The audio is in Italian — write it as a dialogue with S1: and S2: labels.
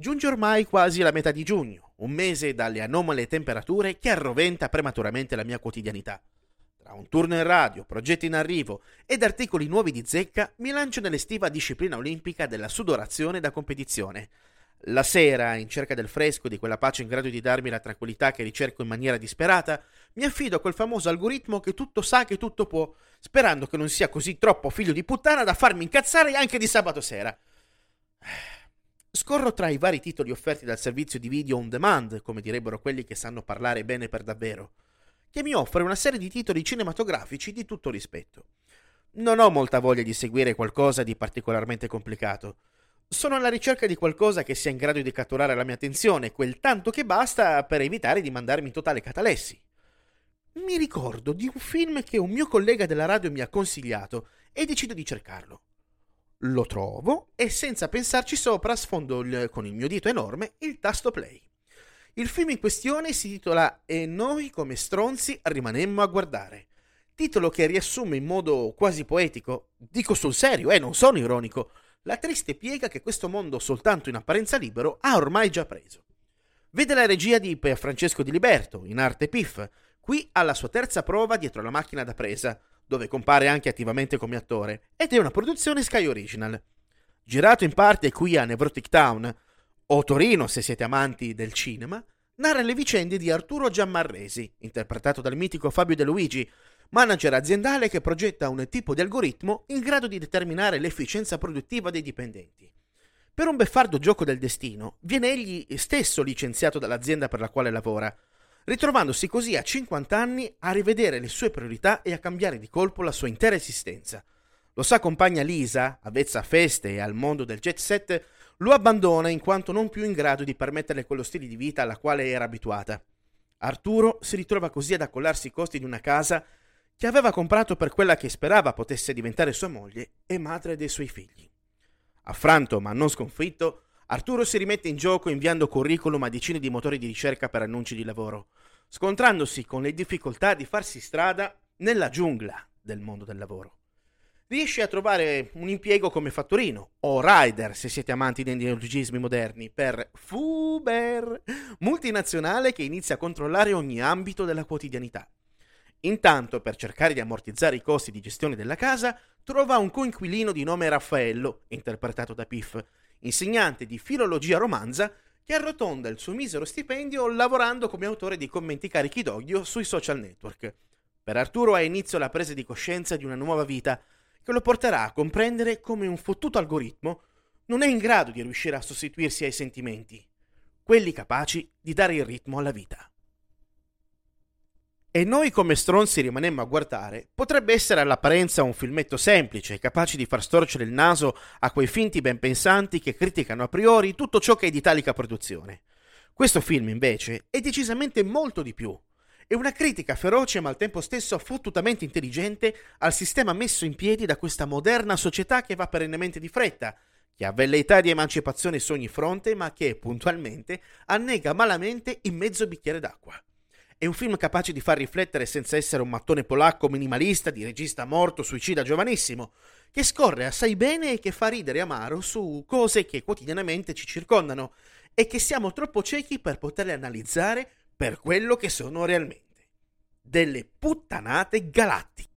S1: Giunge ormai quasi la metà di giugno, un mese dalle anomale temperature che arroventa prematuramente la mia quotidianità. Tra un turno in radio, progetti in arrivo ed articoli nuovi di zecca, mi lancio nell'estiva disciplina olimpica della sudorazione da competizione. La sera, in cerca del fresco di quella pace in grado di darmi la tranquillità che ricerco in maniera disperata, mi affido a quel famoso algoritmo che tutto sa che tutto può, sperando che non sia così troppo figlio di puttana da farmi incazzare anche di sabato sera. Scorro tra i vari titoli offerti dal servizio di video on demand, come direbbero quelli che sanno parlare bene per davvero, che mi offre una serie di titoli cinematografici di tutto rispetto. Non ho molta voglia di seguire qualcosa di particolarmente complicato. Sono alla ricerca di qualcosa che sia in grado di catturare la mia attenzione, quel tanto che basta per evitare di mandarmi in totale catalessi. Mi ricordo di un film che un mio collega della radio mi ha consigliato e decido di cercarlo. Lo trovo e senza pensarci sopra sfondo con il mio dito enorme il tasto play. Il film in questione si titola E noi come stronzi rimanemmo a guardare, titolo che riassume in modo quasi poetico, dico sul serio, non sono ironico, la triste piega che questo mondo soltanto in apparenza libero ha ormai già preso. Vede la regia di Francesco Di Liberto, in arte Piff, qui alla sua terza prova dietro la macchina da presa, dove compare anche attivamente come attore, ed è una produzione Sky Original. Girato in parte qui a Nevrotic Town, o Torino se siete amanti del cinema, narra le vicende di Arturo Giammarresi, interpretato dal mitico Fabio De Luigi, manager aziendale che progetta un tipo di algoritmo in grado di determinare l'efficienza produttiva dei dipendenti. Per un beffardo gioco del destino, viene egli stesso licenziato dall'azienda per la quale lavora, ritrovandosi così a 50 anni a rivedere le sue priorità e a cambiare di colpo la sua intera esistenza. Lo sa compagna Lisa, avvezza a feste e al mondo del jet set, lo abbandona in quanto non più in grado di permetterle quello stile di vita alla quale era abituata. Arturo si ritrova così ad accollarsi i costi di una casa che aveva comprato per quella che sperava potesse diventare sua moglie e madre dei suoi figli. Affranto ma non sconfitto, Arturo si rimette in gioco inviando curriculum a decine di motori di ricerca per annunci di lavoro, scontrandosi con le difficoltà di farsi strada nella giungla del mondo del lavoro. Riesce a trovare un impiego come fattorino, o rider se siete amanti dei neologismi moderni, per Fuber, multinazionale che inizia a controllare ogni ambito della quotidianità. Intanto, per cercare di ammortizzare i costi di gestione della casa, trova un coinquilino di nome Raffaello, interpretato da Piff, insegnante di filologia romanza, che arrotonda il suo misero stipendio lavorando come autore di commenti carichi d'odio sui social network. Per Arturo ha inizio la presa di coscienza di una nuova vita, che lo porterà a comprendere come un fottuto algoritmo non è in grado di riuscire a sostituirsi ai sentimenti, quelli capaci di dare il ritmo alla vita. E noi come stronzi rimanemmo a guardare potrebbe essere all'apparenza un filmetto semplice, capace di far storcere il naso a quei finti ben pensanti che criticano a priori tutto ciò che è di italica produzione. Questo film, invece, è decisamente molto di più. È una critica feroce ma al tempo stesso fottutamente intelligente al sistema messo in piedi da questa moderna società che va perennemente di fretta, che ha velleità di emancipazione su ogni fronte ma che, puntualmente, annega malamente in mezzo bicchiere d'acqua. È un film capace di far riflettere senza essere un mattone polacco minimalista di regista morto suicida giovanissimo, che scorre assai bene e che fa ridere amaro su cose che quotidianamente ci circondano e che siamo troppo ciechi per poterle analizzare per quello che sono realmente. Delle puttanate galattiche.